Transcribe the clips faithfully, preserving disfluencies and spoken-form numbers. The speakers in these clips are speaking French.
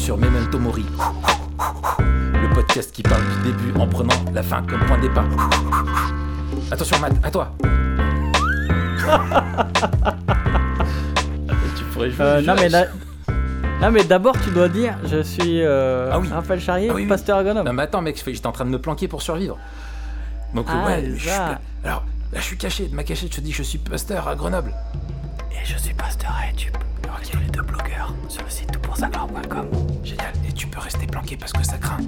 sur Memento Mori. Le podcast qui parle du début en prenant la fin comme point de départ. Attention Matt, à toi. Tu pourrais jouer euh, non, mais là... non mais d'abord tu dois dire je suis euh, ah oui. Raphaël Charrier, ah oui, pasteur à Grenoble. Non mais attends mec, j'étais en train de me planquer pour survivre. Donc ah, ouais, je suis... alors là je suis caché, de ma cachette je te dis que je suis pasteur à Grenoble. Et je suis pasteur à YouTube. Ok, les deux blogueurs sur le site tout pour savoir point com. Génial, et tu peux rester planqué parce que ça craint.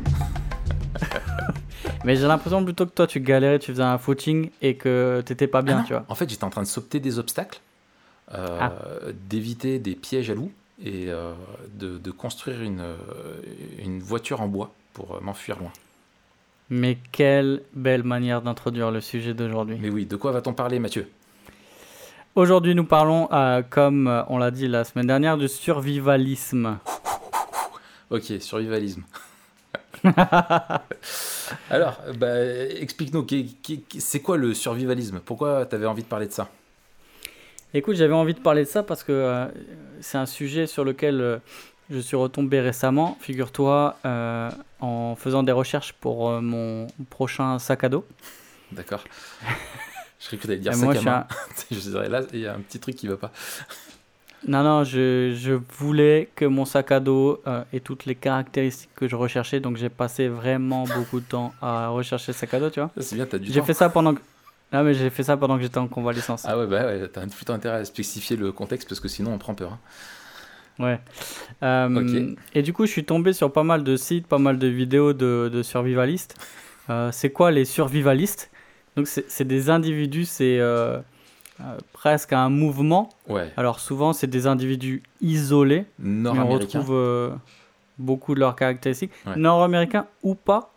Mais j'ai l'impression plutôt que toi tu galérais, tu faisais un footing et que t'étais pas bien, ah tu vois. En fait j'étais en train de sauter des obstacles, euh, ah. d'éviter des pièges à loups et euh, de, de construire une, une voiture en bois pour m'enfuir loin. Mais quelle belle manière d'introduire le sujet d'aujourd'hui. Mais oui, de quoi va-t-on parler Mathieu ? Aujourd'hui nous parlons, euh, comme on l'a dit la semaine dernière, du survivalisme. Ok, survivalisme. Alors, bah, explique-nous, c'est quoi le survivalisme ? Pourquoi tu avais envie de parler de ça ? Écoute, j'avais envie de parler de ça parce que euh, c'est un sujet sur lequel euh, je suis retombé récemment, figure-toi, euh, en faisant des recherches pour euh, mon prochain sac à dos. D'accord. Je croyais que tu allais dire Et sac moi, à main. Un... je dirais là, il y a un petit truc qui va pas. Non, non, je, je voulais que mon sac à dos euh, ait toutes les caractéristiques que je recherchais, donc j'ai passé vraiment beaucoup de temps à rechercher ce sac à dos, tu vois. C'est bien, t'as du j'ai temps. Fait ça pendant que... Non, mais j'ai fait ça pendant que j'étais en convalescence. Ah ouais, bah ouais, t'as plutôt intérêt à spécifier le contexte parce que sinon on prend peur. Hein. Ouais. Euh, okay. Et du coup, je suis tombé sur pas mal de sites, pas mal de vidéos de, de survivalistes. Euh, c'est quoi les survivalistes ? Donc, c'est, c'est des individus, c'est euh, euh, presque un mouvement. Ouais. Alors, souvent, c'est des individus isolés. Nord-américains. Mais on retrouve euh, beaucoup de leurs caractéristiques. Ouais. Nord-américains ou pas,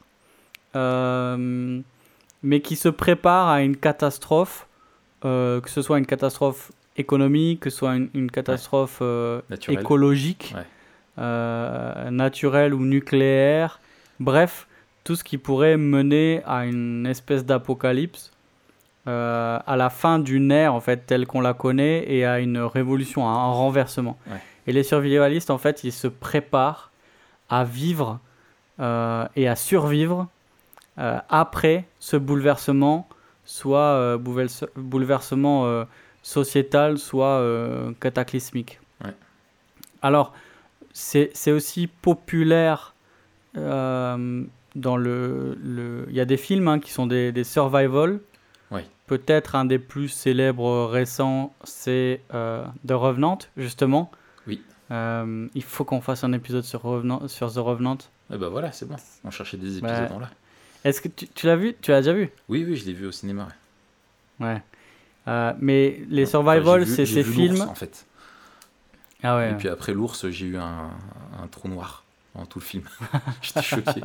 euh, mais qui se préparent à une catastrophe, euh, que ce soit une catastrophe économique, que ce soit une, une catastrophe ouais. euh, écologique, ouais. euh, naturelle ou nucléaire. Bref, tout ce qui pourrait mener à une espèce d'apocalypse, euh, à la fin d'une ère en fait telle qu'on la connaît et à une révolution, à un renversement. Ouais. Et les survivalistes en fait, ils se préparent à vivre euh, et à survivre euh, après ce bouleversement, soit euh, bouleverse- bouleversement euh, sociétal, soit euh, cataclysmique. Ouais. Alors, c'est, c'est aussi populaire. Euh, Dans le, le, il y a des films hein, qui sont des, des survival. Oui. Peut-être un des plus célèbres récents, c'est euh, The Revenant, justement. Oui. Euh, il faut qu'on fasse un épisode sur, Revenant, sur The Revenant. Et ben voilà, c'est bon. On cherchait des épisodes bah, en là. Est-ce que tu, tu l'as vu ? Tu l'as déjà vu ? Oui, oui, je l'ai vu au cinéma. Ouais. ouais. Euh, mais les survival, enfin, vu, c'est ces films. L'ours, en fait. Ah ouais. Et ouais. puis après l'ours, j'ai eu un, un trou noir dans tout le film. J'étais choqué.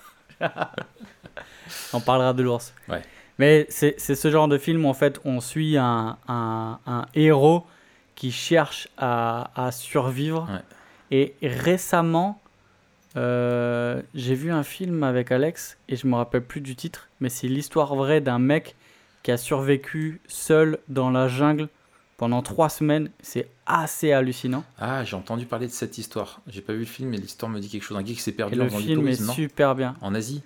On parlera de l'ours. Ouais. Mais c'est, c'est ce genre de film où en fait on suit un, un, un héros qui cherche à, à survivre. Ouais. Et récemment, euh, j'ai vu un film avec Alex et je me rappelle plus du titre, mais c'est l'histoire vraie d'un mec qui a survécu seul dans la jungle pendant trois semaines. C'est assez hallucinant. Ah, j'ai entendu parler de cette histoire. J'ai pas vu le film, mais l'histoire me dit quelque chose. Un gars qui s'est perdu et en le film tourisme, est non super bien. En Asie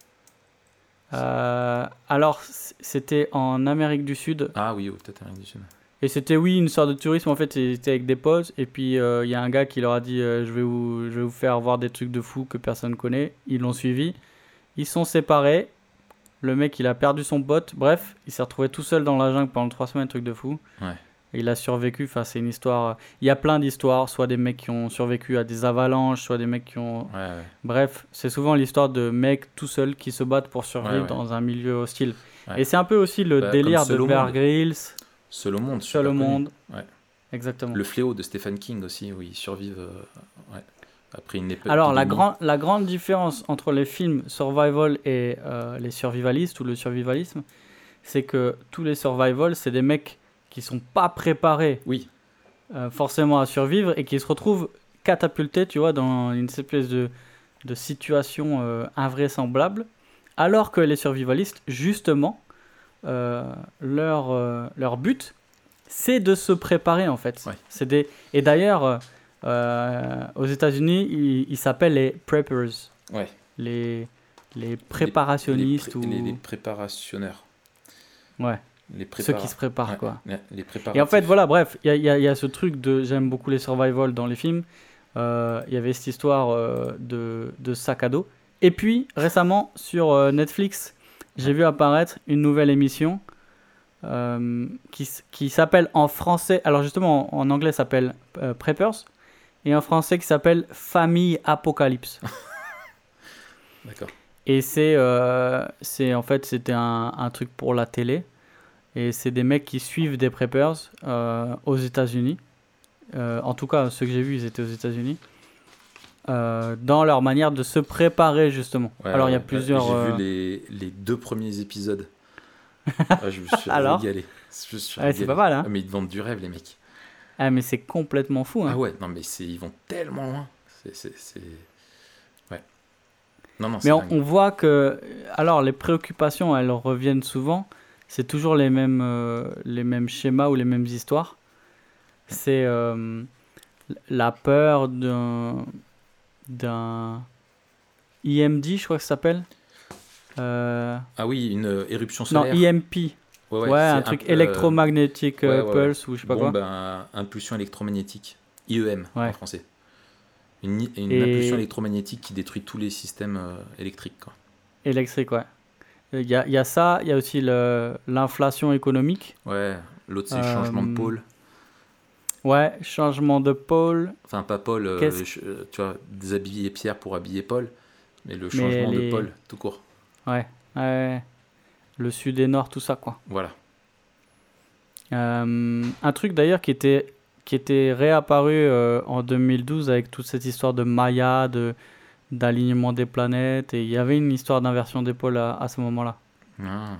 euh, Alors, c'était en Amérique du Sud. Ah oui, oh, peut-être Amérique du Sud. Et c'était, oui, une sorte de tourisme. En fait, c'était avec des potes. Et puis, il euh, y a un gars qui leur a dit euh, je vais vous, je vais vous faire voir des trucs de fous que personne ne connaît. Ils l'ont suivi. Ils sont séparés. Le mec, il a perdu son pote. Bref, il s'est retrouvé tout seul dans la jungle pendant trois semaines, truc de fou. Ouais. Et il a survécu. Enfin, c'est une histoire. Il y a plein d'histoires. Soit des mecs qui ont survécu à des avalanches, soit des mecs qui ont. Ouais, ouais. Bref, c'est souvent l'histoire de mecs tout seuls qui se battent pour survivre ouais, ouais. dans un milieu hostile. Ouais. Et c'est un peu aussi le bah, délire de Bear Grylls. Seul au monde. Seul au monde. Ouais. Exactement. Le fléau de Stephen King aussi, où ils survivent euh, ouais, après une épée. Alors, la, grand, la grande différence entre les films survival et euh, les survivalistes ou le survivalisme, c'est que tous les survival, c'est des mecs qui sont pas préparés oui. euh, forcément à survivre et qui se retrouvent catapultés, tu vois, dans une espèce de, de situation euh, invraisemblable, alors que les survivalistes, justement, euh, leur, euh, leur but, c'est de se préparer, en fait. Ouais. C'est des... Et d'ailleurs, Euh, aux États-Unis, ils, ils s'appellent les preppers. Ouais. Les, les préparationnistes les, les, pré- ou... les, les préparationneurs. Ouais. Les prépara- Ceux qui se préparent, ouais, quoi. Les, les Et en fait, voilà, bref, il y, y, y a ce truc de... J'aime beaucoup les survival dans les films. Il euh, y avait cette histoire euh, de, de sac à dos. Et puis, récemment, sur euh, Netflix, j'ai vu apparaître une nouvelle émission euh, qui, qui s'appelle en français... Alors justement, en, en anglais, ça s'appelle euh, Preppers. Et en français, qui s'appelle Famille Apocalypse. D'accord. Et c'est... Euh, c'est en fait, c'était un, un truc pour la télé. Et c'est des mecs qui suivent des preppers euh, aux États-Unis. Euh, en tout cas, ceux que j'ai vus, ils étaient aux États-Unis. Euh, dans leur manière de se préparer, justement. Ouais, Alors, il ouais, y a plusieurs... J'ai euh... vu les, les deux premiers épisodes. Ouais, je me suis Alors régalé. Je me suis ouais, régalé. c'est pas mal, hein. Ah, mais ils te vendent du rêve, les mecs. Ah, mais c'est complètement fou, hein. Ah ouais, non, mais c'est, ils vont tellement loin. C'est... c'est, c'est... Ouais. Non, non, c'est mais on, dingue. on voit que... Alors, les préoccupations, elles reviennent souvent. C'est toujours les mêmes, euh, les mêmes schémas ou les mêmes histoires. C'est euh, la peur d'un, d'un I M D, je crois que ça s'appelle. Euh... Ah oui, une euh, éruption Non, solaire. I M P. Ouais, Ouais, ouais, un c'est truc peu, euh, électromagnétique ouais, euh, ouais, ouais. pulse ou je sais pas Bon, quoi. ben, impulsion électromagnétique. I E M Ouais. en français. Une, une Et- impulsion électromagnétique qui détruit tous les systèmes euh, électriques, quoi. Électrique, ouais. Il y a, il y a ça, il y a aussi le, l'inflation économique. Ouais, l'autre c'est Euh, changement de pôle. Ouais, changement de pôle. Enfin, pas Paul, euh, Qu'est-ce- je- euh, tu vois, déshabiller Pierre pour habiller Paul, mais le Mais changement les- de Paul, tout court. Ouais, ouais. Le sud et nord, tout ça, quoi. Voilà. Euh, un truc d'ailleurs qui était, qui était réapparu euh, en deux mille douze avec toute cette histoire de Maya, de, d'alignement des planètes. Et il y avait une histoire d'inversion des pôles à, à ce moment-là. Ah.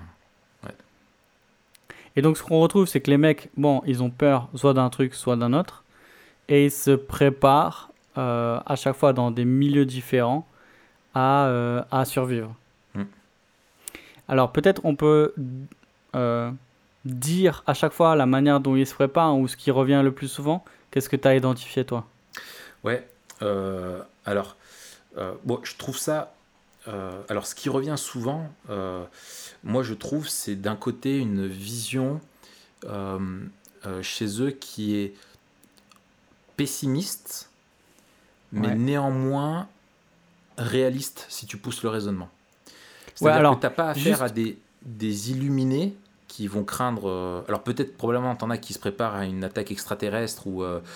Et donc ce qu'on retrouve, c'est que les mecs, bon, ils ont peur soit d'un truc, soit d'un autre. Et ils se préparent euh, à chaque fois dans des milieux différents à, euh, à survivre. Mm. Alors peut-être on peut euh, dire à chaque fois la manière dont ils se préparent ou ce qui revient le plus souvent. Qu'est-ce que tu as identifié toi? Ouais. euh, alors, euh, bon, je trouve ça. euh, alors, ce qui revient souvent, euh, moi, je trouve, c'est d'un côté une vision euh, euh, chez eux qui est pessimiste, mais Ouais. néanmoins réaliste si tu pousses le raisonnement. Ouais, C'est-à-dire alors, que tu n'as pas affaire juste- à des, des illuminés qui vont craindre... euh, alors peut-être, probablement, t'en as qui se préparent à une attaque extraterrestre ou euh,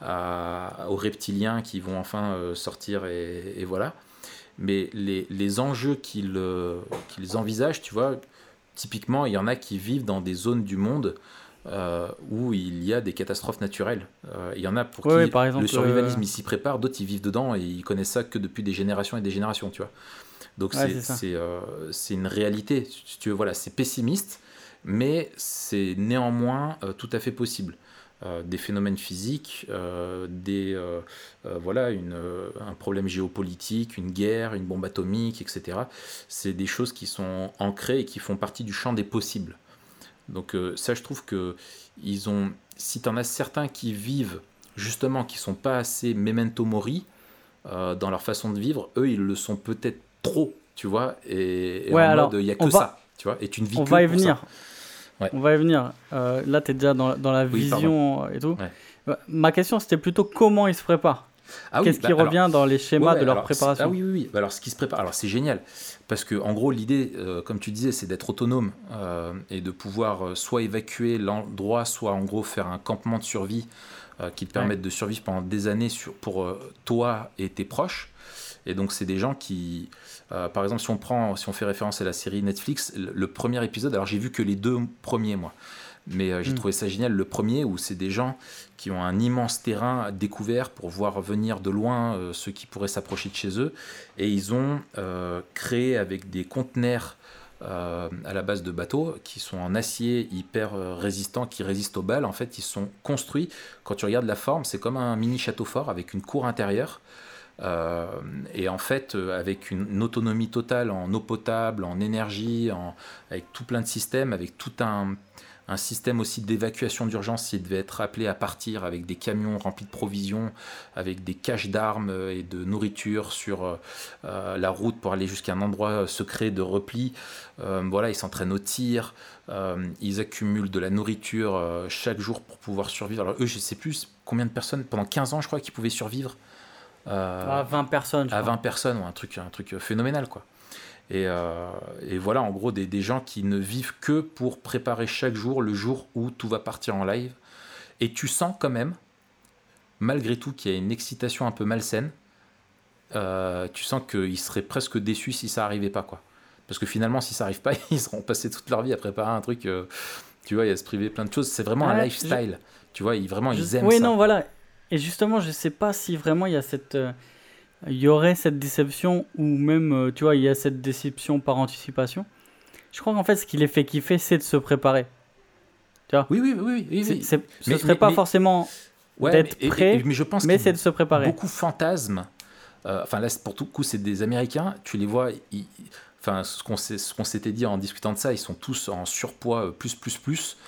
à- aux reptiliens qui vont enfin euh, sortir et, et voilà. Mais les, les enjeux qu'ils, euh, qu'ils envisagent, tu vois, typiquement, il y en a qui vivent dans des zones du monde euh, où il y a des catastrophes naturelles. Euh, il y en a pour Ouais, qui ouais, par exemple, le survivalisme, euh, ils s'y préparent, d'autres, ils vivent dedans et ils connaissent ça que depuis des générations et des générations, tu vois. Donc Ouais, c'est, c'est ça. c'est, euh, c'est une réalité, si tu veux, voilà, c'est pessimiste, mais c'est néanmoins euh, tout à fait possible. Euh, des phénomènes physiques, euh, des, euh, euh, voilà, une, euh, un problème géopolitique, une guerre, une bombe atomique, et cetera. C'est des choses qui sont ancrées et qui font partie du champ des possibles. Donc euh, ça, je trouve que ils ont, si tu en as certains qui vivent, justement, qui sont pas assez memento mori euh, dans leur façon de vivre, eux, ils le sont peut-être trop, tu vois, et, et Ouais, en alors, mode, il n'y a on que va- ça, tu vois, et tu ne vis On que va y pour ça. venir. Ouais. On va y venir. Euh, là, tu es déjà dans, dans la Oui, vision et tout. Ouais. Euh, Ma question, c'était plutôt comment ils se préparent. Ah oui, Qu'est-ce bah, qui alors- revient dans les schémas Ouais, ouais, de leur alors, préparation? Ah oui, oui, oui. Bah, alors, ce qui se prépare, alors c'est génial. Parce que, en gros, l'idée, euh, comme tu disais, c'est d'être autonome euh, et de pouvoir euh, soit évacuer l'endroit, soit en gros faire un campement de survie euh, qui te permette de survivre pendant des années sur, pour euh, toi et tes proches. Et donc, c'est des gens qui, euh, par exemple, si on prend, si on fait référence à la série Netflix, le, le premier épisode, alors j'ai vu que les deux premiers, moi. Mais euh, j'ai Mm. trouvé ça génial, le premier, où c'est des gens qui ont un immense terrain découvert pour voir venir de loin euh, ceux qui pourraient s'approcher de chez eux. Et ils ont euh, créé avec des conteneurs euh, à la base de bateaux qui sont en acier hyper euh, résistants, qui résistent aux balles. En fait, ils sont construits, quand tu regardes la forme, c'est comme un mini château fort avec une cour intérieure. Euh, et en fait, euh, avec une, une autonomie totale en eau potable, en énergie, en, avec tout plein de systèmes, avec tout un... un système aussi d'évacuation d'urgence s'ils devaient être appelés à partir avec des camions remplis de provisions, avec des caches d'armes et de nourriture sur euh, la route pour aller jusqu'à un endroit secret de repli. Euh, voilà, ils s'entraînent au tir, euh, ils accumulent de la nourriture euh, chaque jour pour pouvoir survivre. Alors eux, je ne sais plus combien de personnes, pendant quinze ans je crois, qui pouvaient survivre. Euh, à vingt personnes, je à crois. vingt personnes, un truc, un truc phénoménal, quoi. Et, euh, et voilà, en gros, des, des gens qui ne vivent que pour préparer chaque jour le jour où tout va partir en live. Et tu sens quand même, malgré tout, qu'il y a une excitation un peu malsaine. Euh, tu sens qu'ils seraient presque déçus si ça n'arrivait pas, quoi. Parce que finalement, si ça n'arrive pas, ils seront passés toute leur vie à préparer un truc, euh, tu vois, et à se priver plein de choses. C'est vraiment ouais, un lifestyle. Je... Tu vois, ils, vraiment, je... ils aiment oui, ça. Oui, non, voilà. Et justement, je ne sais pas si vraiment il y a cette... Euh... il y aurait cette déception ou même, tu vois, il y a cette déception par anticipation. Je crois qu'en fait, ce qui les fait kiffer, c'est de se préparer. Tu vois ? Oui, oui, oui. oui, oui. C'est, ce ne serait mais, pas mais, forcément ouais, d'être mais, prêt, et, et, mais, je pense mais c'est de se préparer. Beaucoup fantasment. Euh, enfin, là, pour tout coup, c'est des Américains. Tu les vois, ils, enfin, ce qu'on, ce qu'on s'était dit en discutant de ça, ils sont tous en surpoids plus, plus, plus.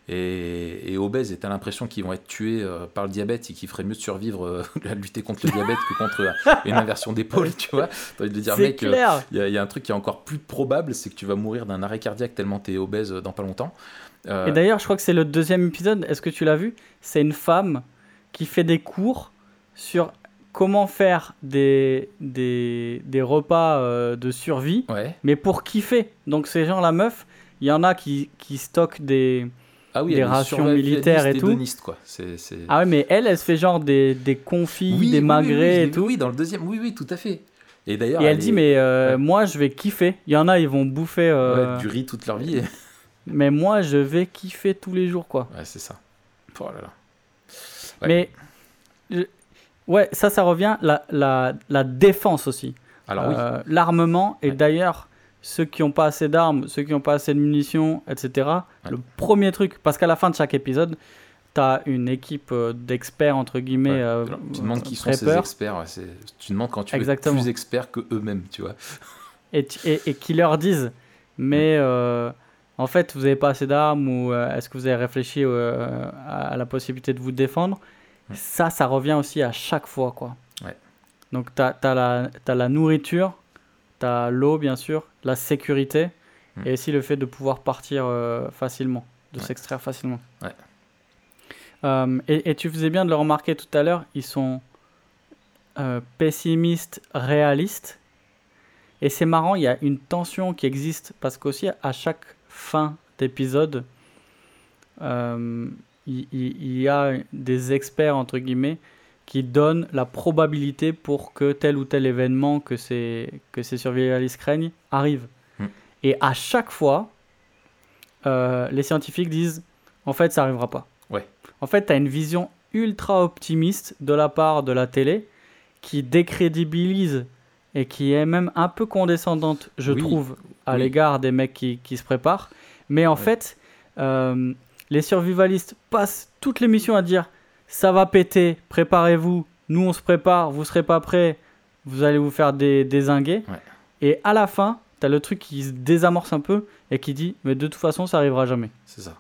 Et, et obèses, et t'as l'impression qu'ils vont être tués euh, par le diabète et qu'il ferait mieux de survivre euh, à lutter contre le diabète que contre euh, une inversion d'épaule, tu vois. T'as envie de dire, c'est mec, il euh, y, y a un truc qui est encore plus probable, c'est que tu vas mourir d'un arrêt cardiaque tellement t'es obèse dans pas longtemps. Euh... Et d'ailleurs, je crois que c'est le deuxième épisode, est-ce que tu l'as vu ? C'est une femme qui fait des cours sur comment faire des, des, des repas euh, de survie, ouais. mais pour kiffer. Donc c'est genre la meuf, il y en a qui, qui stockent des... Ah oui, des rations militaires et tout. Quoi. C'est, c'est... Ah ouais, mais elle, elle se fait genre des, des confits, oui, des oui, magrets oui, oui, et tout. Oui, dans le deuxième, oui, oui, tout à fait. Et d'ailleurs, et elle, elle dit, est... mais euh, ouais. moi, je vais kiffer. Il y en a, ils vont bouffer euh... ouais, du riz toute leur vie. mais moi, je vais kiffer tous les jours, quoi. Ouais, c'est ça. Oh là là. Ouais. Mais, je... ouais, ça, ça revient. La, la, la défense aussi. Alors euh, oui. L'armement, et ouais. d'ailleurs... ceux qui n'ont pas assez d'armes, ceux qui n'ont pas assez de munitions, et cetera. Ouais. Le premier truc, parce qu'à la fin de chaque épisode, tu as une équipe d'experts, entre guillemets. Ouais. Euh, tu demandes qui sont ces experts. Ouais, c'est... Tu demandes quand tu es plus expert qu'eux-mêmes, tu vois. Et, et, et qui leur disent, mais euh, en fait, vous n'avez pas assez d'armes, ou euh, est-ce que vous avez réfléchi euh, à la possibilité de vous défendre ? ouais. Ça, ça revient aussi à chaque fois, quoi. Ouais. Donc, tu as la, t'as la nourriture, tu as l'eau, bien sûr, la sécurité, mmh. et aussi le fait de pouvoir partir euh, facilement, de ouais. s'extraire facilement. Ouais. Euh, et, et tu faisais bien de le remarquer tout à l'heure, ils sont euh, pessimistes, réalistes. Et c'est marrant, il y a une tension qui existe, parce qu'aussi à chaque fin d'épisode, euh, il, il y a des experts, entre guillemets, qui donne la probabilité pour que tel ou tel événement que ces, que ces survivalistes craignent arrive. Mmh. Et à chaque fois, euh, les scientifiques disent en fait, ça n'arrivera pas. Ouais. En fait, tu as une vision ultra optimiste de la part de la télé qui décrédibilise et qui est même un peu condescendante, je oui. trouve, à oui. l'égard des mecs qui, qui se préparent. Mais en ouais. fait, euh, les survivalistes passent toute l'émission à dire ça va péter, préparez-vous, nous on se prépare, vous serez pas prêts, vous allez vous faire des, dézinguer. Ouais. Et à la fin, tu as le truc qui se désamorce un peu et qui dit mais de toute façon ça arrivera jamais. C'est ça.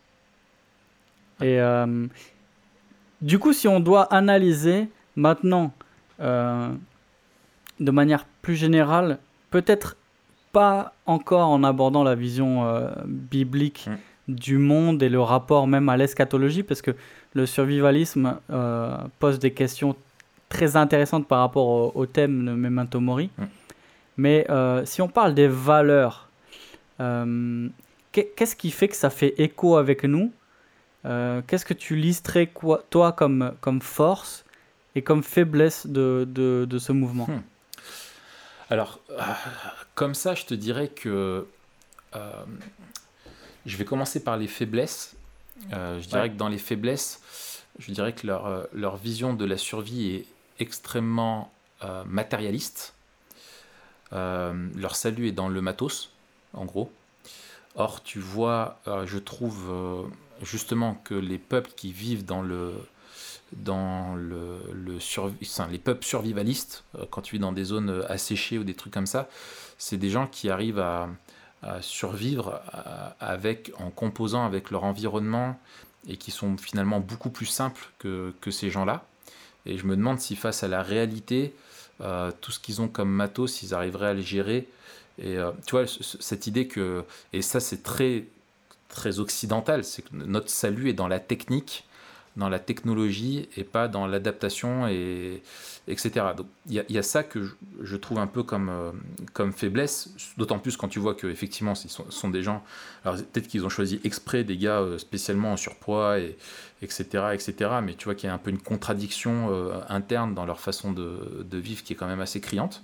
Et euh, du coup, si on doit analyser maintenant euh, de manière plus générale, peut-être pas encore en abordant la vision euh, biblique mmh. du monde et le rapport même à l'eschatologie, parce que le survivalisme euh, pose des questions très intéressantes par rapport au, au thème de Memento Mori. Mmh. Mais euh, si on parle des valeurs, euh, qu'est-ce qui fait que ça fait écho avec nous ? euh, Qu'est-ce que tu listerais quoi, toi comme, comme force et comme faiblesse de, de, de ce mouvement ? mmh. Alors, euh, comme ça, je te dirais que euh, je vais commencer par les faiblesses. Euh, je dirais ouais. que dans les faiblesses, je dirais que leur, euh, leur vision de la survie est extrêmement euh, matérialiste. Euh, leur salut est dans le matos, en gros. Or, tu vois, euh, je trouve euh, justement que les peuples qui vivent dans le... dans le, le survi- enfin, les peuples survivalistes, euh, quand tu vis dans des zones asséchées ou des trucs comme ça, c'est des gens qui arrivent à, à survivre à, avec, en composant avec leur environnement et qui sont finalement beaucoup plus simples que, que ces gens-là. Et je me demande si face à la réalité, euh, tout ce qu'ils ont comme matos, ils arriveraient à les gérer. Et euh, tu vois, c- cette idée que... Et ça, c'est très, très occidental, c'est que notre salut est dans la technique, dans la technologie et pas dans l'adaptation, et, etc. Donc il y, y a ça que je, je trouve un peu comme, euh, comme faiblesse, d'autant plus quand tu vois qu'effectivement ce sont, sont des gens, alors peut-être qu'ils ont choisi exprès des gars euh, spécialement en surpoids, et, etc., etc., mais tu vois qu'il y a un peu une contradiction euh, interne dans leur façon de, de vivre qui est quand même assez criante.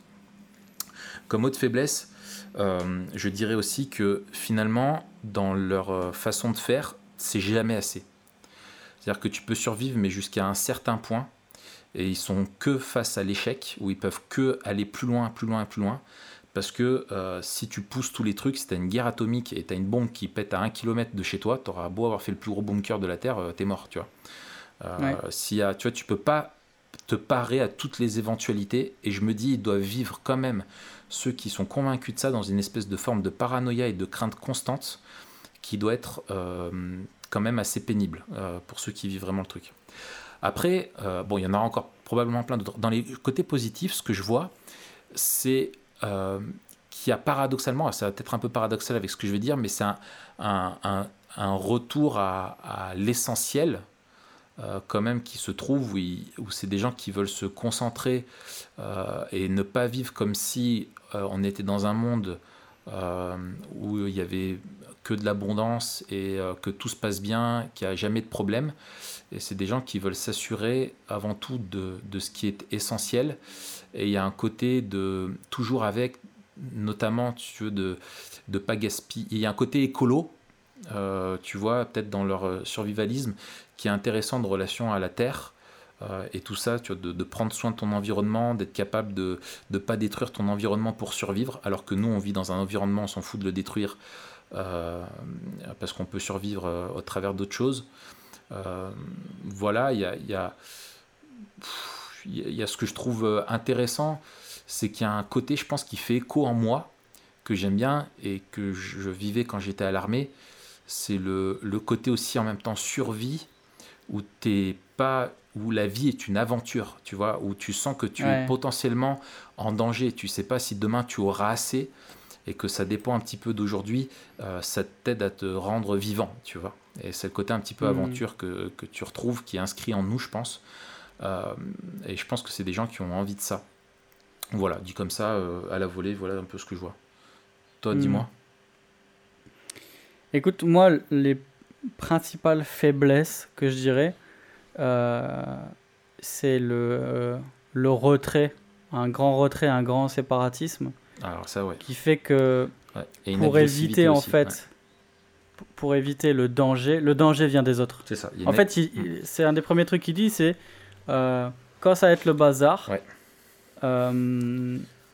Comme autre faiblesse, euh, je dirais aussi que finalement dans leur euh, façon de faire, c'est jamais assez. C'est-à-dire que tu peux survivre, mais jusqu'à un certain point, et ils sont que face à l'échec, où ils peuvent que aller plus loin, plus loin, plus loin, parce que euh, si tu pousses tous les trucs, si tu as une guerre atomique et tu as une bombe qui pète à un kilomètre de chez toi, tu auras beau avoir fait le plus gros bunker de la Terre, euh, t'es mort, tu vois. Euh, Ouais. s'il y a, tu vois, tu peux pas te parer à toutes les éventualités, et je me dis, ils doivent vivre quand même, ceux qui sont convaincus de ça, dans une espèce de forme de paranoïa et de crainte constante, qui doit être euh, quand même assez pénible euh, pour ceux qui vivent vraiment le truc. Après, euh, bon, il y en aura encore probablement plein d'autres. Dans les côtés positifs, ce que je vois, c'est euh, qu'il y a paradoxalement, ça va peut-être un peu paradoxal avec ce que je vais dire, mais c'est un, un, un, un retour à, à l'essentiel, euh, quand même, qui se trouve, où, il, où c'est des gens qui veulent se concentrer euh, et ne pas vivre comme si euh, on était dans un monde euh, où il y avait que de l'abondance et euh, que tout se passe bien, qu'il n'y a jamais de problème. Et c'est des gens qui veulent s'assurer avant tout de, de ce qui est essentiel. Et il y a un côté de toujours avec, notamment, tu veux, de ne pas gaspiller. Il y a un côté écolo, euh, tu vois, peut-être dans leur survivalisme, qui est intéressant de relation à la terre. Euh, et tout ça, tu vois, de, de prendre soin de ton environnement, d'être capable de ne pas détruire ton environnement pour survivre, alors que nous, on vit dans un environnement, on s'en fout de le détruire, euh, parce qu'on peut survivre euh, au travers d'autres choses. Euh, voilà, il y a, y, a, y a ce que je trouve intéressant, c'est qu'il y a un côté, je pense, qui fait écho en moi, que j'aime bien et que je vivais quand j'étais à l'armée. C'est le, le côté aussi en même temps survie, où t'es pas, où la vie est une aventure, tu vois, où tu sens que tu es Ouais. potentiellement en danger, tu sais pas si demain tu auras assez, et que ça dépend un petit peu d'aujourd'hui, euh, ça t'aide à te rendre vivant, tu vois. Et c'est le côté un petit peu Hmm. aventure que, que tu retrouves, qui est inscrit en nous, je pense. Euh, et je pense que c'est des gens qui ont envie de ça. Voilà, dit comme ça, euh, à la volée, voilà un peu ce que je vois. Toi, Hmm. dis-moi. Écoute, moi, les principales faiblesses que je dirais, euh, c'est le, euh, le retrait, un grand retrait, un grand séparatisme, Alors ça, ouais. qui fait que ouais. Et une pour agressivité éviter, en aussi. fait, ouais. p- pour éviter le danger, le danger vient des autres. C'est ça. il y a En une- fait, il- il- c'est un des premiers trucs qu'il dit, c'est euh, quand ça va être le bazar, Ouais. euh,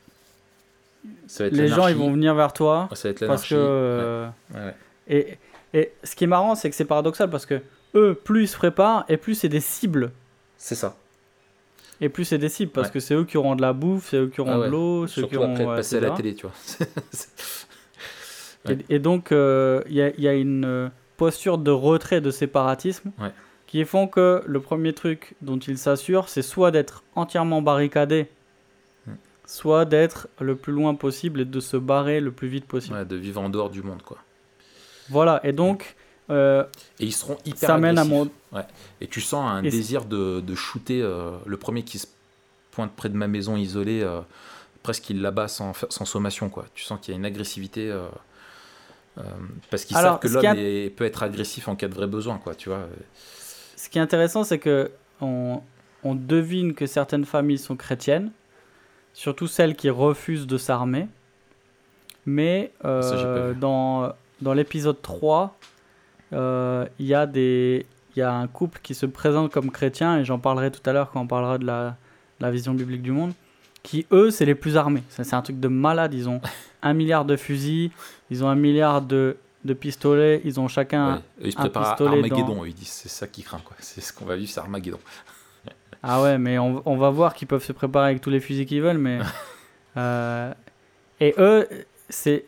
ça va être les gens l'anarchie. ils vont venir vers toi Ça va être parce l'anarchie. que euh, Ouais, ouais. et, et ce qui est marrant, c'est que c'est paradoxal parce que eux, plus ils se préparent et plus c'est des cibles. C'est ça. Et plus c'est des cibles parce Ouais. que c'est eux qui auront de la bouffe, c'est eux qui auront Ah ouais. de l'eau, ceux qui Surtout auront. après de ouais, passer à la et cetera. télé, tu vois. Ouais. Et, et donc, il euh, y, a, y a une euh, posture de retrait, de séparatisme, Ouais. qui font que le premier truc dont ils s'assurent, c'est soit d'être entièrement barricadé, Mm. soit d'être le plus loin possible et de se barrer le plus vite possible. Ouais, de vivre en dehors du monde, quoi. Voilà, et donc, euh, Et ils seront hyper ça mène à agressifs. mon. Ouais. Et tu sens un Et c'est- désir de, de shooter euh, le premier qui se pointe près de ma maison isolée, euh, presque il l'abat sans, fa- sans sommation, quoi. Tu sens qu'il y a une agressivité, euh, euh, parce qu'ils Alors, savent que ce qui l'homme est- est- peut être agressif en cas de vrai besoin, quoi, tu vois. Ce qui est intéressant, c'est que on, on devine que certaines familles sont chrétiennes, surtout celles qui refusent de s'armer. Mais euh, Ça, j'ai pas vu. dans, dans l'épisode trois, euh, il y a des, il y a un couple qui se présente comme chrétien, et j'en parlerai tout à l'heure quand on parlera de la, de la vision biblique du monde, qui eux, c'est les plus armés. Ça, c'est un truc de malade. Ils ont un milliard de fusils, ils ont un milliard de, de pistolets, ils ont chacun... Ouais. Ils se un préparent à pistolet Armageddon, dans- eux, ils disent. C'est ça qui craint, quoi. C'est ce qu'on va vivre, c'est Armageddon. Ah ouais, mais on, on va voir qu'ils peuvent se préparer avec tous les fusils qu'ils veulent, mais... euh, et eux, c'est...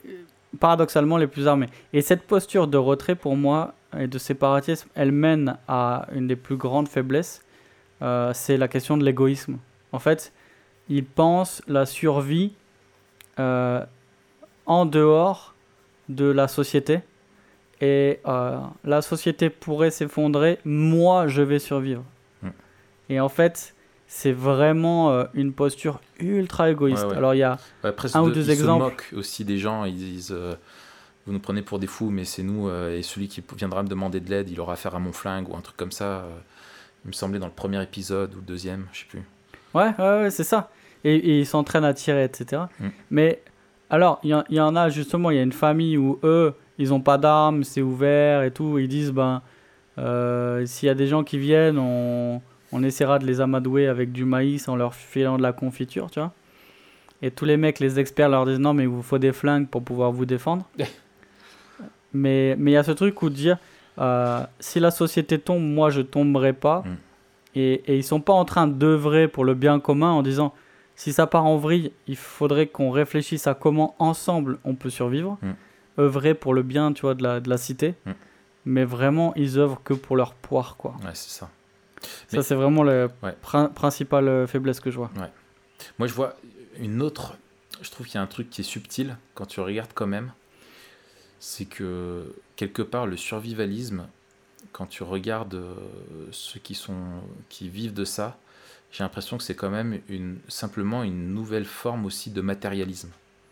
paradoxalement les plus armés. Et cette posture de retrait, pour moi, et de séparatisme, elle mène à une des plus grandes faiblesses, euh, c'est la question de l'égoïsme. En fait, ils pensent la survie euh, en dehors de la société. Et euh, la société pourrait s'effondrer, moi je vais survivre. Mm. Et en fait, c'est vraiment euh, une posture ultra égoïste. Ouais, ouais. Alors il y a ouais, un ou deux ils exemples. Ils se moquent aussi des gens, ils disent euh, vous nous prenez pour des fous, mais c'est nous, euh, et celui qui viendra me demander de l'aide, il aura affaire à mon flingue ou un truc comme ça. Euh, il me semblait dans le premier épisode ou le deuxième, je sais plus. Ouais, ouais, ouais c'est ça. Et, et ils s'entraînent à tirer, et cetera. Mm. Mais alors, il y, y en a justement, il y a une famille où eux, ils n'ont pas d'armes, c'est ouvert et tout. Ils disent, ben, euh, s'il y a des gens qui viennent, on, on essaiera de les amadouer avec du maïs en leur filant de la confiture, tu vois. Et tous les mecs, les experts leur disent, non, mais il vous faut des flingues pour pouvoir vous défendre. mais il y a ce truc où dire, euh, si la société tombe, moi, je tomberai pas. Mm. Et, et ils ne sont pas en train d'œuvrer pour le bien commun en disant, si ça part en vrille, il faudrait qu'on réfléchisse à comment, ensemble, on peut survivre. Mm. œuvrer pour le bien, tu vois, de la, de la cité. Mm. Mais vraiment, ils œuvrent que pour leur poire, quoi. Ouais, c'est ça. Ça, Mais... c'est vraiment la ouais. prin- principale faiblesse que je vois. Ouais. Moi, je vois une autre... Je trouve qu'il y a un truc qui est subtil, quand tu regardes quand même, c'est que, quelque part, le survivalisme, quand tu regardes euh, ceux qui, sont, qui vivent de ça, j'ai l'impression que c'est quand même une, simplement une nouvelle forme aussi de matérialisme.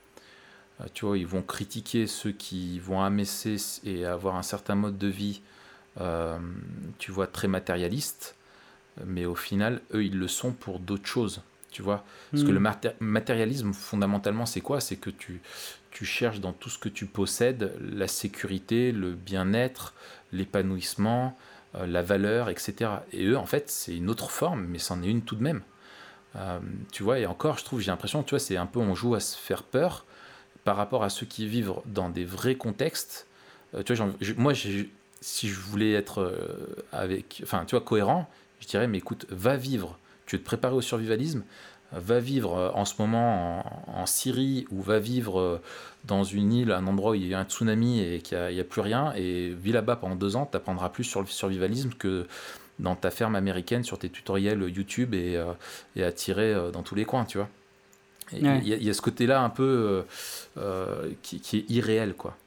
Tu vois, ils vont critiquer ceux qui vont amasser et avoir un certain mode de vie, euh, tu vois, très matérialiste, mais au final, eux, ils le sont pour d'autres choses, tu vois. Parce mmh. que le maté- matérialisme, fondamentalement, c'est quoi ? C'est que tu, tu cherches dans tout ce que tu possèdes la sécurité, le bien-être, l'épanouissement, euh, la valeur, et cetera. Et eux, en fait, c'est une autre forme, mais c'en est une tout de même. Euh, tu vois, et encore, je trouve, j'ai l'impression, tu vois, c'est un peu, on joue à se faire peur, par rapport à ceux qui vivent dans des vrais contextes. Euh, tu vois, je, moi, j'ai, si je voulais être euh, avec, enfin, tu vois, cohérent, je dirais, mais écoute, va vivre. Tu veux te préparer au survivalisme, va vivre euh, en ce moment en, en Syrie, ou va vivre euh, dans une île, un endroit où il y a un tsunami et qu'il n'y a, a plus rien, et vis là-bas pendant deux ans, tu apprendras plus sur le survivalisme que dans ta ferme américaine, sur tes tutoriels YouTube, et, euh, et à tirer euh, dans tous les coins, tu vois. Il ouais. y, y a ce côté-là un peu euh, euh, qui, qui est irréel, quoi.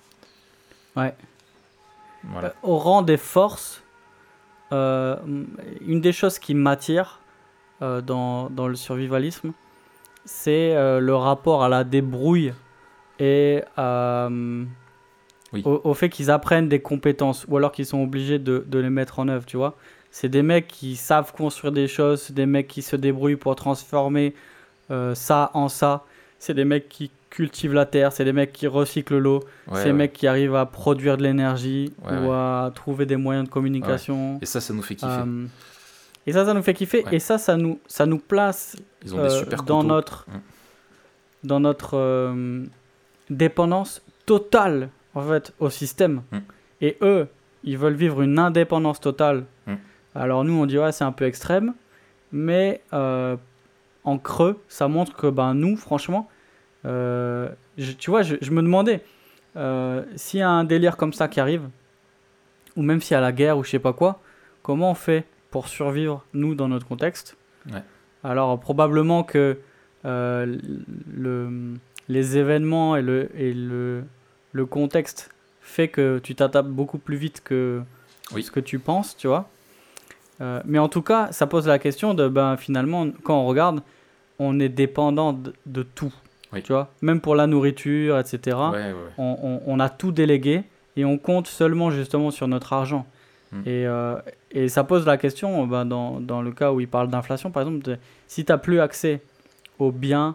Ouais. Voilà. Euh, au rang des forces, euh, une des choses qui m'attire euh, dans, dans le survivalisme, c'est euh, le rapport à la débrouille et euh, oui. au, au fait qu'ils apprennent des compétences, ou alors qu'ils sont obligés de, de les mettre en œuvre, tu vois. C'est des mecs qui savent construire des choses, c'est des mecs qui se débrouillent pour transformer Euh, ça en ça. C'est des mecs qui cultivent la terre, c'est des mecs qui recyclent l'eau, ouais, c'est des ouais. mecs qui arrivent à produire de l'énergie ouais, ou ouais. à trouver des moyens de communication. Ouais. Et ça, ça nous fait kiffer. Euh, et ça, ça nous fait kiffer. Ouais. Et ça, ça nous, ça nous place Ils ont euh, des super dans notre, mmh. dans notre euh, dépendance totale en fait, au système. Mmh. Et eux, ils veulent vivre une indépendance totale. Mmh. Alors nous, on dit ouais, c'est un peu extrême, mais euh, en creux, ça montre que ben, nous, franchement, euh, je, tu vois, je, je me demandais, euh, s'il y a un délire comme ça qui arrive, ou même s'il y a la guerre ou je sais pas quoi, comment on fait pour survivre, nous, dans notre contexte ? Ouais. Alors, probablement que euh, le, les événements et, le, et le, le contexte fait que tu t'adaptes beaucoup plus vite que oui. ce que tu penses, tu vois. Euh, mais en tout cas, ça pose la question de, ben, finalement, quand on regarde, on est dépendant de, de tout, oui. tu vois, même pour la nourriture, et cetera. Ouais, ouais. On, on, on a tout délégué et on compte seulement justement sur notre argent. Mmh. Et, euh, et ça pose la question, ben, dans, dans le cas où il parle d'inflation, par exemple, de, si tu n'as plus accès aux biens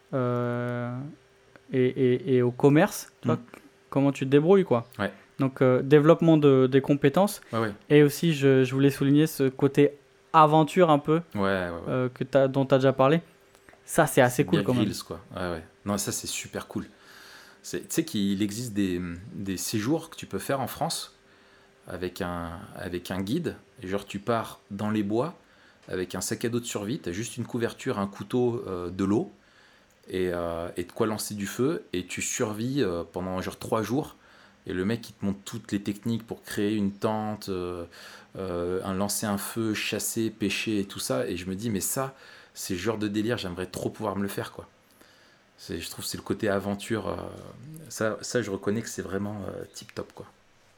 euh, et, et, et au commerce, tu mmh. vois, comment tu te débrouilles, quoi. Ouais. Donc, euh, développement de, des compétences. Ouais, ouais. Et aussi, je, je voulais souligner ce côté aventure un peu ouais, ouais, ouais. Euh, que t'as, dont tu as déjà parlé. Ça, c'est assez c'est cool quand même. Quoi. Ouais, ouais. Non, ça, c'est super cool. Tu sais qu'il existe des, des séjours que tu peux faire en France avec un, avec un guide. Et genre, tu pars dans les bois avec un sac à dos de survie. Tu as juste une couverture, un couteau, euh, de l'eau. et, euh, et de quoi lancer du feu, et tu survis euh, pendant genre trois jours, et le mec il te montre toutes les techniques pour créer une tente, euh, euh, un, lancer un feu, chasser, pêcher et tout ça, et je me dis mais ça, c'est le genre de délire, j'aimerais trop pouvoir me le faire quoi. C'est, je trouve que c'est le côté aventure, euh, ça, ça je reconnais que c'est vraiment euh, tip top quoi.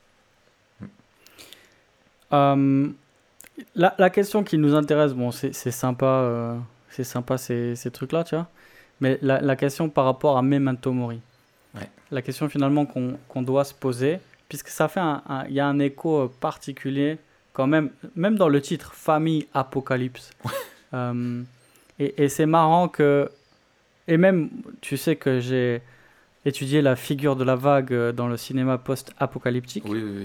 Euh, la, la question qui nous intéresse, bon, c'est, c'est sympa, euh, c'est sympa ces, ces trucs-là, tu vois. Mais la, la question par rapport à Memento Mori, ouais. La question finalement qu'on, qu'on doit se poser, puisque ça fait un, un, y a un écho particulier quand même, même dans le titre, Famille Apocalypse. euh, et, et c'est marrant que, et même, tu sais que j'ai étudié la figure de la vague dans le cinéma post-apocalyptique. Oui, oui, oui.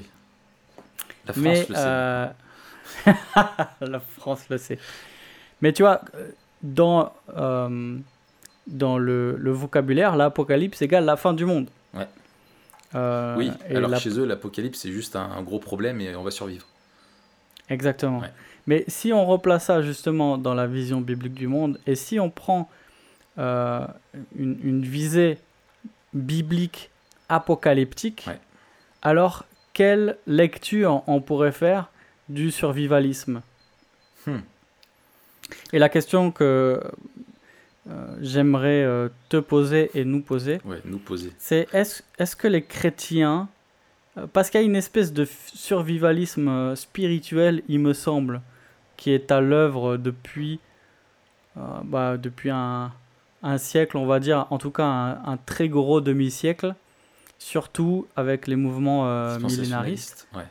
La France Mais, le euh... sait. La France le sait. Mais tu vois, dans, euh, dans le, le vocabulaire, l'apocalypse égale la fin du monde. Ouais. Euh, oui, alors la... chez eux, l'apocalypse, c'est juste un, un gros problème et on va survivre. Exactement. Ouais. Mais si on replace ça justement dans la vision biblique du monde, et si on prend euh, une, une visée biblique apocalyptique, ouais. alors quelle lecture on pourrait faire du survivalisme? hmm. Et la question que euh, j'aimerais euh, te poser et nous poser, ouais, nous poser. c'est est-ce, est-ce que les chrétiens, euh, parce qu'il y a une espèce de survivalisme euh, spirituel, il me semble, qui est à l'œuvre depuis, euh, bah, depuis un, un siècle, on va dire, en tout cas un, un très gros demi-siècle, surtout avec les mouvements euh, millénaristes. Ouais.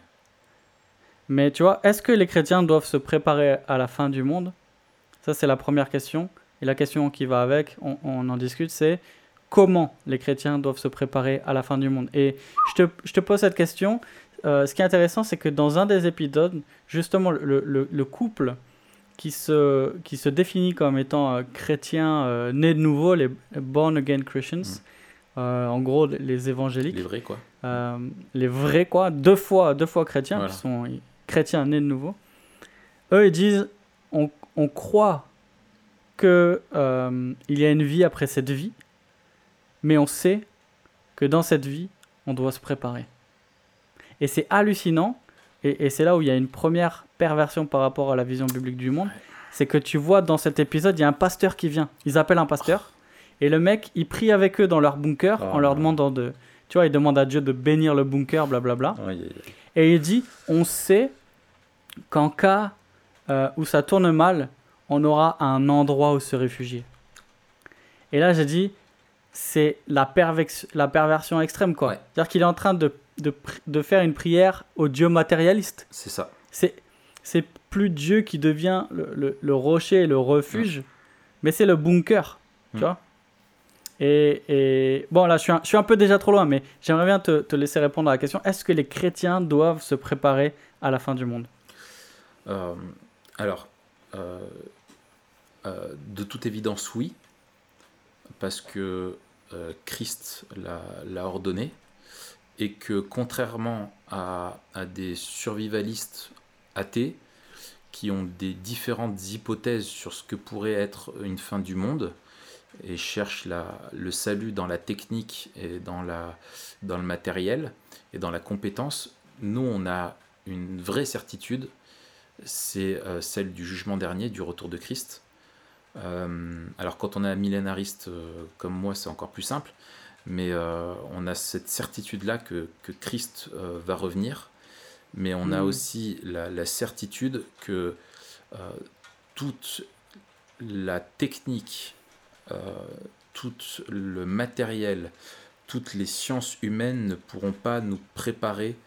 Mais tu vois, est-ce que les chrétiens doivent se préparer à la fin du monde? Ça, c'est la première question. Et la question qui va avec, on, on en discute, c'est comment les chrétiens doivent se préparer à la fin du monde? Et je te, je te pose cette question. Euh, ce qui est intéressant, c'est que dans un des épisodes, justement, le, le, le couple qui se, qui se définit comme étant euh, chrétien euh, né de nouveau, les born again Christians, mmh. Euh, en gros, les évangéliques. Les vrais, quoi. Euh, les vrais, quoi. Deux fois, deux fois chrétiens, voilà. qui sont chrétiens nés de nouveau. Eux, ils disent, on, on croit qu'il euh, y a une vie après cette vie, mais on sait que dans cette vie, on doit se préparer. Et c'est hallucinant, et, et c'est là où il y a une première perversion par rapport à la vision biblique du monde, c'est que tu vois dans cet épisode, il y a un pasteur qui vient. Ils appellent un pasteur. Et le mec, il prie avec eux dans leur bunker oh, en leur demandant de... Tu vois, il demande à Dieu de bénir le bunker, blablabla. Oh, yeah, yeah. Et il dit, on sait qu'en cas euh, où ça tourne mal, on aura un endroit où se réfugier. Et là, j'ai dit, c'est la, pervex- la perversion extrême, quoi. Ouais. C'est-à-dire qu'il est en train de, de, de faire une prière au Dieu matérialiste. C'est ça. C'est, c'est plus Dieu qui devient le, le, le rocher et le refuge, ouais. mais c'est le bunker, mmh. tu vois. Et, et bon, là, je suis, un, je suis un peu déjà trop loin, mais j'aimerais bien te, te laisser répondre à la question. Est-ce que les chrétiens doivent se préparer à la fin du monde ? euh, Alors, euh, euh, de toute évidence, oui, parce que euh, Christ l'a, l'a ordonné, et que contrairement à, à des survivalistes athées qui ont des différentes hypothèses sur ce que pourrait être une fin du monde, et cherche la, le salut dans la technique et dans, la, dans le matériel et dans la compétence, nous on a une vraie certitude, c'est euh, celle du jugement dernier, du retour de Christ. Euh, alors quand on est un millénariste euh, comme moi, c'est encore plus simple, mais euh, on a cette certitude-là que, que Christ euh, va revenir, mais on mmh. a aussi la, la certitude que euh, toute la technique, Euh, tout le matériel, toutes les sciences humaines ne pourront pas nous préparer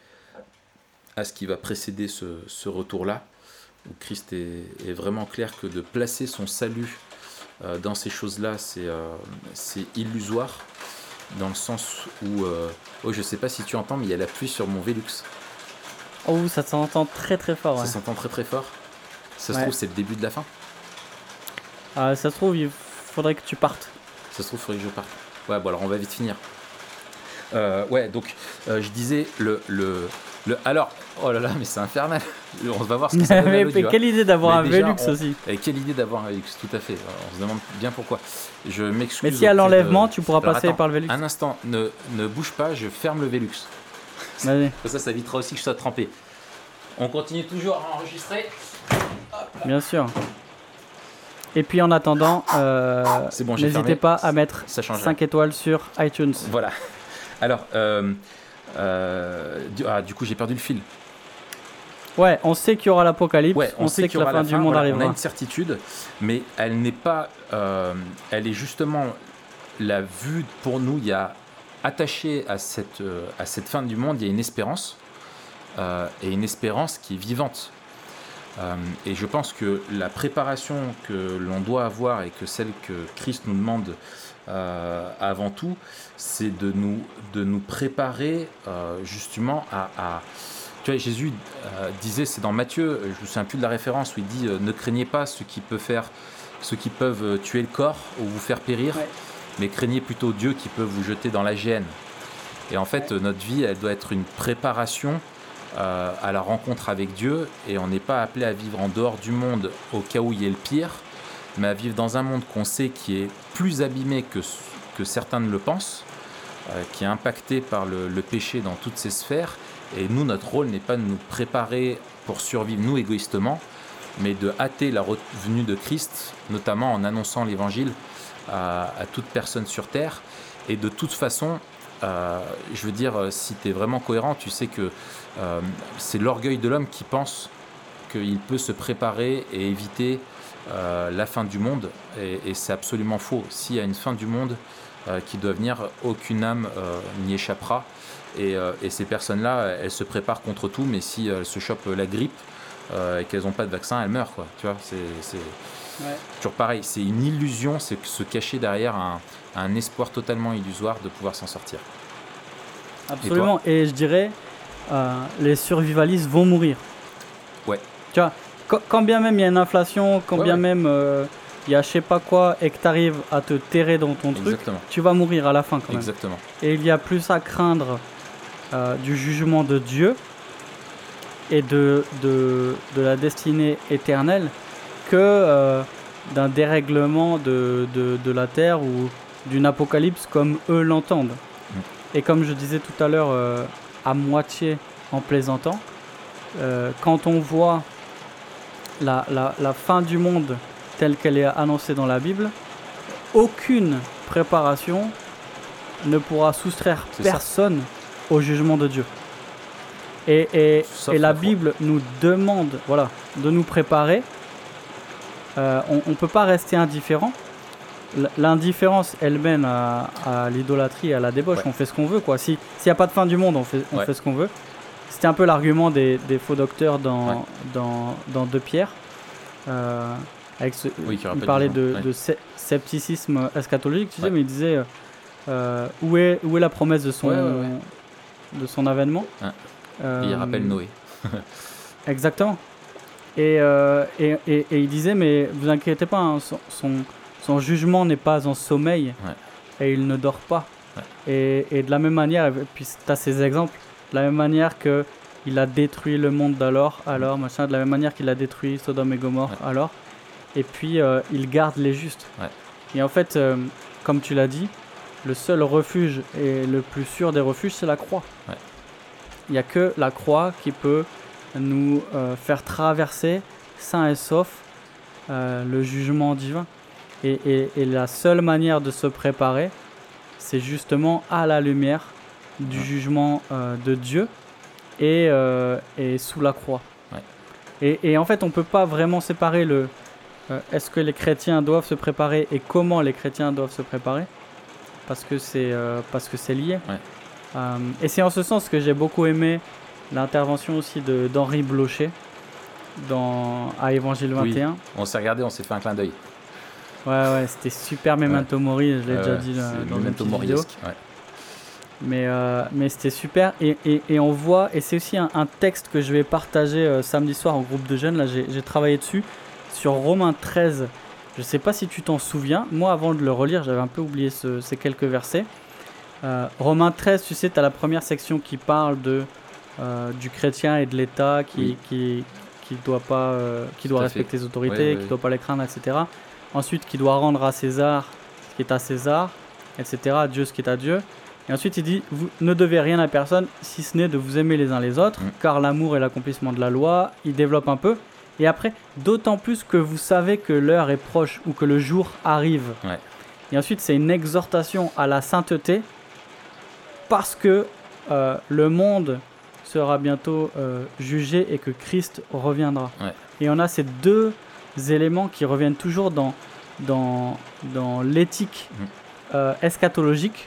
à ce qui va précéder ce, ce retour-là, où Christ est, est vraiment clair que de placer son salut euh, dans ces choses-là, c'est, euh, c'est illusoire, dans le sens où, euh, oh, je ne sais pas si tu entends, mais il y a la pluie sur mon Velux. Oh, ça s'entend très très fort. Ça ouais. s'entend très très fort. Ça se ouais. trouve, c'est le début de la fin. Euh, ça se trouve, il faudrait que tu partes. Ça se trouve, il faudrait que je parte. Ouais, bon alors on va vite finir. Euh, ouais, donc euh, je disais, le, le, Le, alors, oh là là, mais c'est infernal. On va voir ce que ça donne à mais, l'audio. mais quelle idée d'avoir Mais un déjà, Velux on- aussi. Et quelle idée d'avoir un Velux, tout à fait. Alors, on se demande bien pourquoi. Je m'excuse. Mais si à auprès l'enlèvement, de- tu pourras Alors, passer attends, par le Velux. Un instant, ne, ne bouge pas, je ferme le Velux. Vas-y, Ça, ça évitera aussi que je sois trempé. On continue toujours à enregistrer. bien sûr. Et puis en attendant, euh, C'est bon, j'ai n'hésitez fermé. pas à mettre Ça change cinq étoiles sur iTunes. Voilà. Alors, euh, euh, du, ah, du coup, j'ai perdu le fil. Ouais, on sait qu'il y aura l'apocalypse, Ouais, on, sait que qu'il y la aura fin du monde voilà, arrivera. On a une certitude, mais elle n'est pas. euh, elle est justement la vue pour nous. Il y a attaché à cette euh, à cette fin du monde, il y a une espérance euh, et une espérance qui est vivante. Euh, et je pense que la préparation que l'on doit avoir et que celle que Christ nous demande euh, avant tout, c'est de nous, de nous préparer euh, justement à, à... Tu vois, Jésus euh, disait, c'est dans Matthieu, je ne me souviens plus de la référence, où il dit euh, « Ne craignez pas ceux qui peuvent, faire, ceux qui peuvent tuer le corps ou vous faire périr, Ouais. mais craignez plutôt Dieu qui peut vous jeter dans la géhenne. » Et en fait, Ouais. notre vie, elle doit être une préparation Euh, à la rencontre avec Dieu, et on n'est pas appelé à vivre en dehors du monde au cas où il y ait le pire, mais à vivre dans un monde qu'on sait qui est plus abîmé que, que certains ne le pensent, euh, qui est impacté par le, le péché dans toutes ses sphères, et nous, notre rôle n'est pas de nous préparer pour survivre, nous, égoïstement, mais de hâter la revenue de Christ, notamment en annonçant l'évangile à, à toute personne sur terre. Et de toute façon, euh, je veux dire, si tu es vraiment cohérent, tu sais que euh, c'est l'orgueil de l'homme qui pense qu'il peut se préparer et éviter euh, la fin du monde, et, et c'est absolument faux. S'il y a une fin du monde euh, qui doit venir, aucune âme euh, n'y échappera, et, euh, et ces personnes-là, elles se préparent contre tout, mais si elles se chopent la grippe euh, et qu'elles n'ont pas de vaccin, elles meurent, quoi. Tu vois, c'est, c'est Ouais. toujours pareil, c'est une illusion, c'est se cacher derrière un, un espoir totalement illusoire de pouvoir s'en sortir. Absolument. Et, je dirais, euh, les survivalistes vont mourir. Ouais. Tu vois, quand, quand bien même il y a une inflation, quand Ouais, bien ouais. même euh, il y a je sais pas quoi, et que tu arrives à te terrer dans ton truc, Exactement. tu vas mourir à la fin quand même. Exactement. Et il y a plus à craindre euh, du jugement de Dieu et de, de, de la destinée éternelle que euh, d'un dérèglement de, de, de la terre ou d'une apocalypse comme eux l'entendent. Mm. Et comme je disais tout à l'heure, euh, à moitié en plaisantant, euh, quand on voit la, la, la fin du monde telle qu'elle est annoncée dans la Bible, aucune préparation ne pourra soustraire C'est ça. personne au jugement de Dieu. Et, et, Sauf et la la foi. Bible nous demande, voilà, de nous préparer. Euh, on ne peut pas rester indifférent. L- L'indifférence, elle mène à, à l'idolâtrie et à la débauche. Ouais. On fait ce qu'on veut, quoi. Si, s'il n'y a pas de fin du monde, on fait, on Ouais. fait ce qu'on veut. C'était un peu l'argument des, des faux docteurs dans, Ouais. dans, dans deux Pierre. Euh, avec ce, Oui, qui il rappelle parlait les gens. de, Ouais. de sce- scepticisme eschatologique, tu sais, Ouais. mais il disait euh, euh, où, est, où est la promesse de son, Ouais, ouais, ouais. de son avènement. Ouais. Euh, Et il rappelle Noé. Exactement. Et, euh, et, et, et il disait, mais vous inquiétez pas, hein, son, son, son jugement n'est pas en sommeil, Ouais. et il ne dort pas. Ouais. Et, et de la même manière, et puis tu as ces exemples, de la même manière que il a détruit le monde d'alors, alors, machin, de la même manière qu'il a détruit Sodome et Gomorre, Ouais. alors, et puis euh, il garde les justes. Ouais. Et en fait, euh, comme tu l'as dit, le seul refuge et le plus sûr des refuges, c'est la croix. Ouais. Il n'y a que la croix qui peut nous euh, faire traverser, sains et saufs, euh, le jugement divin. Et, et, et la seule manière de se préparer, c'est justement à la lumière du Ouais. jugement euh, de Dieu et, euh, et sous la croix. Ouais. Et, et en fait, on ne peut pas vraiment séparer le euh, est-ce que les chrétiens doivent se préparer et comment les chrétiens doivent se préparer, parce que c'est euh, parce que c'est lié. Ouais. Euh, et c'est en ce sens que j'ai beaucoup aimé l'intervention aussi de, d'Henri Blocher dans, à Évangile vingt et un. Oui. On s'est regardé, on s'est fait un clin d'œil. Ouais, ouais, c'était super Memento Mori, je l'ai Ouais, déjà ouais, dit là, c'est dans une Memento petite vidéo. Moriesque. Ouais. Mais, euh, mais c'était super. Et, et, et on voit, et c'est aussi un, un texte que je vais partager euh, samedi soir au groupe de jeunes. Là, j'ai, j'ai travaillé dessus, sur Romains treize. Je sais pas si tu t'en souviens. Moi, avant de le relire, j'avais un peu oublié ce- ces quelques versets. Euh, Romains treize, tu sais, tu as la première section qui parle de euh, du chrétien et de l'État qui Oui. qui qui doit pas euh, qui doit Tout à respecter fait. les autorités, Ouais, ouais, qui ouais. doit pas les craindre, et cetera. Ensuite, qui doit rendre à César ce qui est à César, et cetera. À Dieu ce qui est à Dieu. Et ensuite, il dit, vous ne devez rien à personne si ce n'est de vous aimer les uns les autres, Mm. car l'amour est l'accomplissement de la loi. Il développe un peu. Et après, d'autant plus que vous savez que l'heure est proche ou que le jour arrive. Ouais. Et ensuite, c'est une exhortation à la sainteté parce que euh, le monde sera bientôt euh, jugé et que Christ reviendra. Ouais. Et on a ces deux éléments qui reviennent toujours dans, dans, dans l'éthique Mm. euh, eschatologique.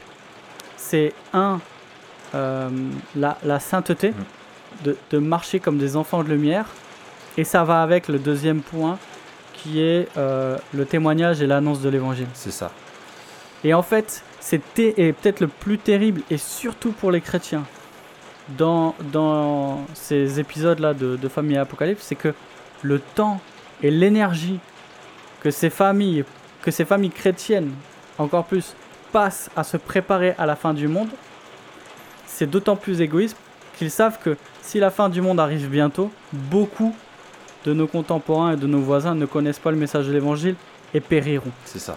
C'est un, euh, la, la sainteté, Mm. de, de marcher comme des enfants de lumière. Et ça va avec le deuxième point qui est euh, le témoignage et l'annonce de l'évangile. C'est ça. Et en fait, c'est té- et peut-être le plus terrible, et surtout pour les chrétiens, dans, dans ces épisodes-là de, de Famille Apocalypse, c'est que le temps et l'énergie que ces familles, que ces familles chrétiennes, encore plus, passent à se préparer à la fin du monde, c'est d'autant plus égoïste qu'ils savent que si la fin du monde arrive bientôt, beaucoup de nos contemporains et de nos voisins ne connaissent pas le message de l'évangile et périront. C'est ça.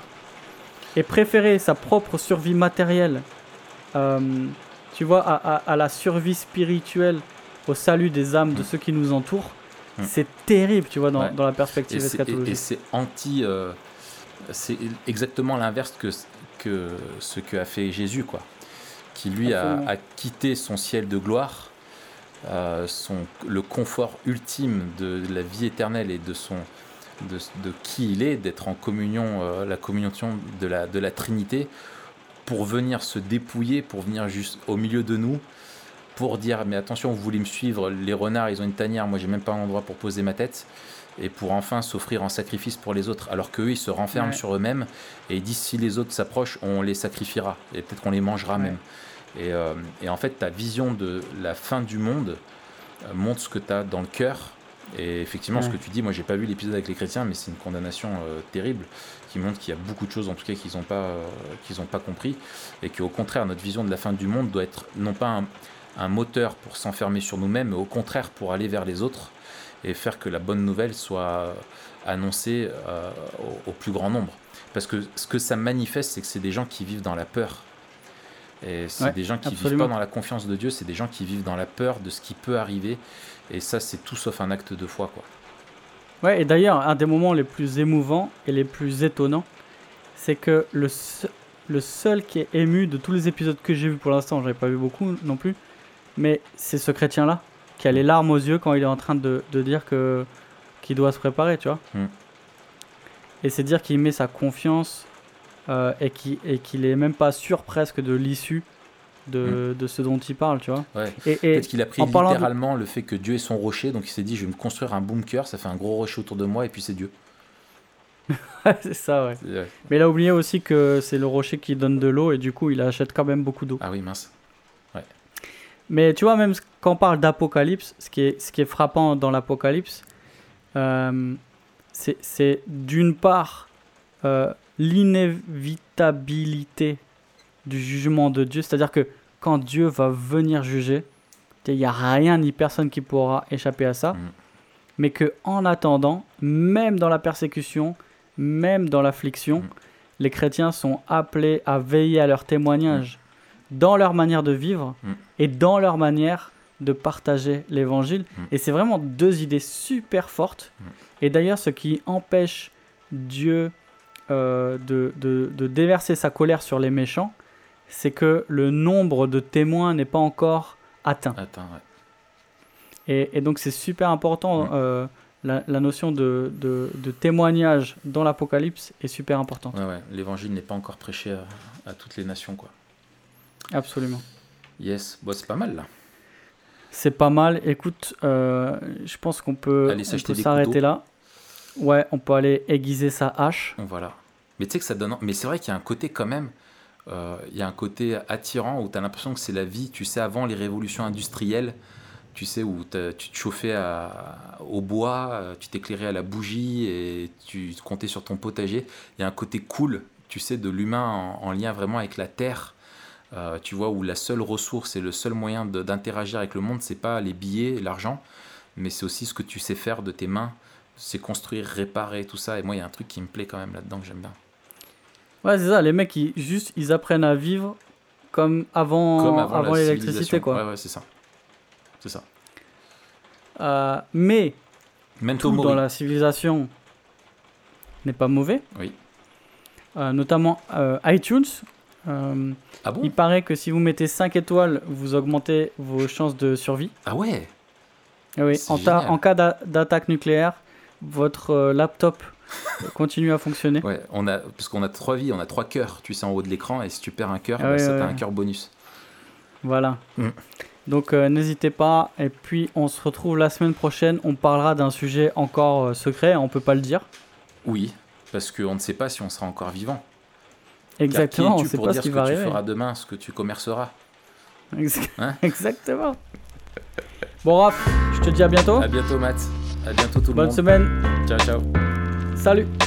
Et préférer sa propre survie matérielle, euh, tu vois, à, à, à la survie spirituelle, au salut des âmes de Mm. ceux qui nous entourent, Mm. c'est terrible, tu vois, dans, Ouais. dans la Et perspective c'est, et, et eschatologique. c'est anti. euh, c'est exactement l'inverse que, que ce que a fait Jésus, quoi. Qui lui a, Absolument. a quitté son ciel de gloire, euh, son, le confort ultime de, de la vie éternelle et de, son, de, de qui il est, d'être en communion, euh, la communion de la, de la Trinité, pour venir se dépouiller, pour venir juste au milieu de nous, pour dire mais attention, vous voulez me suivre, les renards ils ont une tanière, moi j'ai même pas un endroit pour poser ma tête, et pour enfin s'offrir en sacrifice pour les autres, alors qu'eux ils se renferment Ouais. sur eux-mêmes et ils disent si les autres s'approchent, on les sacrifiera et peut-être qu'on les mangera Ouais. même. Et, euh, et en fait ta vision de la fin du monde euh, montre ce que tu as dans le cœur. Et effectivement, Ouais. ce que tu dis, moi j'ai pas vu l'épisode avec les chrétiens, mais c'est une condamnation euh, terrible qui montre qu'il y a beaucoup de choses en tout cas qu'ils n'ont pas, euh, qu'ils ont pas compris, et qu'au contraire notre vision de la fin du monde doit être non pas un, un moteur pour s'enfermer sur nous-mêmes, mais au contraire pour aller vers les autres et faire que la bonne nouvelle soit annoncée euh, au, au plus grand nombre. Parce que ce que ça manifeste, c'est que c'est des gens qui vivent dans la peur. Et c'est Ouais, des gens qui absolument. vivent pas dans la confiance de Dieu, c'est des gens qui vivent dans la peur de ce qui peut arriver. Et ça, c'est tout sauf un acte de foi, quoi. Ouais, et d'ailleurs, un des moments les plus émouvants et les plus étonnants, c'est que le, se- le seul qui est ému de tous les épisodes que j'ai vus pour l'instant, j'en ai pas vu beaucoup non plus, mais c'est ce chrétien-là, qui a les larmes aux yeux quand il est en train de, de dire que, qu'il doit se préparer, tu vois. Mm. Et c'est dire qu'il met sa confiance euh, et, qu'il, et qu'il est même pas sûr presque de l'issue de, de ce dont il parle, tu vois. Ouais. Et, et Peut-être qu'il a pris en parlant de- littéralement le fait que Dieu est son rocher, donc il s'est dit je vais me construire un bunker, ça fait un gros rocher autour de moi, et puis c'est Dieu. c'est ça, ouais. C'est- ouais. Mais il a oublié aussi que c'est le rocher qui donne de l'eau et du coup il achète quand même beaucoup d'eau. Ah oui, mince. Mais tu vois, même quand on parle d'apocalypse, ce qui est, ce qui est frappant dans l'apocalypse, euh, c'est, c'est d'une part euh, l'inévitabilité du jugement de Dieu. C'est-à-dire que quand Dieu va venir juger, il n'y a rien ni personne qui pourra échapper à ça. Mm. Mais qu'en attendant, même dans la persécution, même dans l'affliction, Mm. les chrétiens sont appelés à veiller à leur témoignage dans leur manière de vivre Mm. et dans leur manière de partager l'évangile. Mm. Et c'est vraiment deux idées super fortes. Mm. Et d'ailleurs, ce qui empêche Dieu euh, de, de, de déverser sa colère sur les méchants, c'est que le nombre de témoins n'est pas encore atteint. Attends, ouais. Et, et donc c'est super important, Mm. euh, la, la notion de, de, de témoignage dans l'Apocalypse est super importante. Ouais, ouais. L'évangile n'est pas encore prêché à, à toutes les nations, quoi. Absolument. Yes, bon, c'est pas mal là. C'est pas mal. Écoute, euh, je pense qu'on peut, Aller on s'acheter peut des s'arrêter couteaux. là. Ouais, on peut aller aiguiser sa hache. Voilà. Mais tu sais que ça donne. Mais c'est vrai qu'il y a un côté quand même. euh, Il y a un côté attirant où tu as l'impression que c'est la vie. Tu sais, avant les révolutions industrielles, tu sais, où t'as- tu te chauffais à- au bois, euh, tu t'éclairais à la bougie et tu comptais sur ton potager. Il y a un côté cool, tu sais, de l'humain en, en lien vraiment avec la terre. euh, tu vois, où la seule ressource et le seul moyen de, d'interagir avec le monde, c'est pas les billets, l'argent, mais c'est aussi ce que tu sais faire de tes mains, c'est construire, réparer, tout ça. Et moi, il y a un truc qui me plaît quand même là-dedans que j'aime bien. Ouais, c'est ça, les mecs, ils, juste, ils apprennent à vivre comme avant, Comme avant, avant la l'électricité, civilisation. quoi. Ouais, ouais, c'est ça. C'est ça. Euh, mais Memento tout mori. dans la civilisation n'est pas mauvais. Oui. Euh, notamment euh, iTunes. Euh, Ah bon? il paraît que si vous mettez cinq étoiles, vous augmentez vos chances de survie. Ah ouais? Ah oui, C'est en, ta- génial. en cas d'a- d'attaque nucléaire, votre euh, laptop continue à fonctionner. Ouais, on a, parce qu'on a trois vies, on a trois cœurs, tu sais, en haut de l'écran, et si tu perds un cœur, Ah bah, ouais, ça ouais, t'as ouais. un cœur bonus. Voilà. Mm. Donc euh, n'hésitez pas. Et puis on se retrouve la semaine prochaine. On parlera d'un sujet encore euh, secret. On peut pas le dire. Oui, parce qu'on ne sait pas si on sera encore vivant. Exactement. Car qui On es-tu sait pour pas dire ce qui ce va que tu arriver. feras demain, ce que tu commerceras? Ex- Hein Exactement. Bon Raph, je te dis à bientôt. À bientôt, Matt. À bientôt, tout le Bonne monde. semaine. Ciao, ciao. Salut.